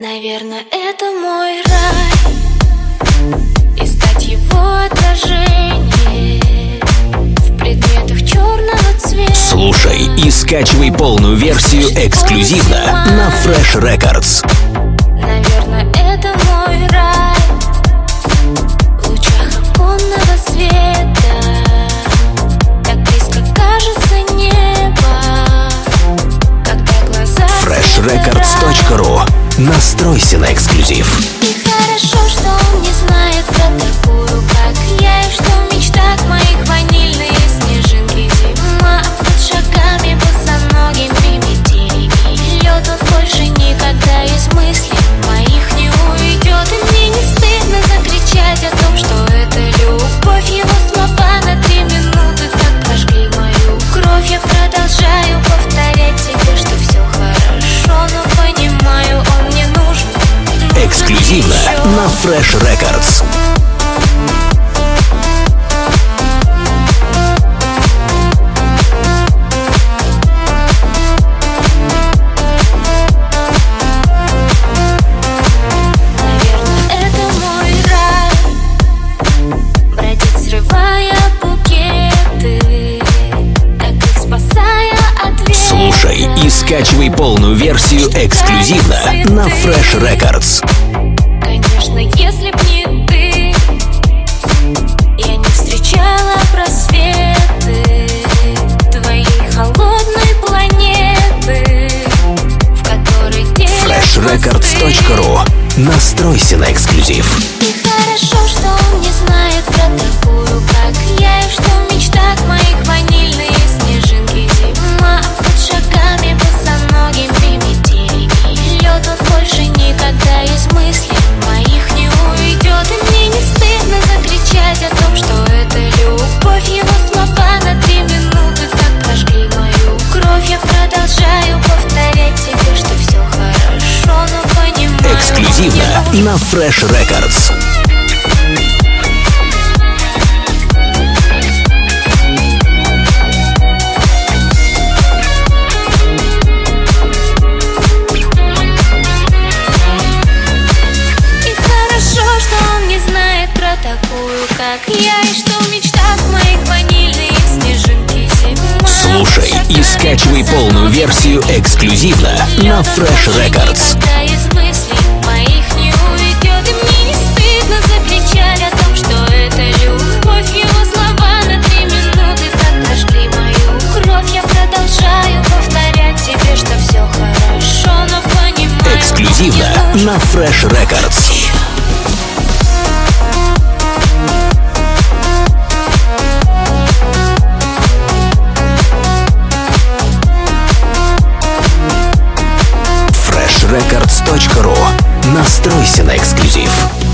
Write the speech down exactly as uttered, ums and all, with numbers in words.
Наверное, это мой рай, искать его отражение в предметах черного цвета. Слушай и скачивай полную версию эксклюзивно на Fresh Records. Наверное, это мой рай в лучах оконного света. Так близко кажется небо, когда глаза фреш рекордс точка ру. Настройся на эксклюзив. И хорошо, что он не знает про такую, как я, и что в мечтах моих ванильные снежинки. Зима под шагами босоногим примитивей. Лед он больше никогда из мыслей моих не уйдет. И мне не стыдно закричать о том, что это любовь. Его слова на три минуты так прожгли мою кровь. Я продолжаю повторять себе, что все хорошо, но понимаю, он мне нужен. Эксклюзивно на Fresh Records. Наверное, это мой рай, бродить, срывая букеты, так их спасая от ветра. Слушай и скачивай полную версию эксклюзивно на Fresh Records. Конечно, если б не ты, я не встречала просветы твоей холодной планеты, в которой фреш рекордс точка ру. Настройся на эксклюзив. И хорошо, что он не знает про такую, как я, и что в мечтах моих ванильные снежинки. Зима под шагами босоногим примитивей. Лед он больше никогда из мыслей моих не уйдет. И мне не стыдно закричать о том, что это любовь. Его слова на три минуты так прожгли мою кровь. Я продолжаю повторять себе, что все хорошо, но понимаю, Эксклюзивно на Fresh Records. такую, как я, и что в мечтах моих ванильные снежинки. Зима. Слушай и скачивай полную версию эксклюзивно на Fresh Records. Никогда из мыслей моих не уйдет. И мне не стыдно закричать о том, что это любовь. Его слова на три минуты так прожгли мою кровь. Я продолжаю повторять себе, что все хорошо, но понимаю, эксклюзивно на Fresh Records. фреш рекордс точка ру. Настройся на эксклюзив.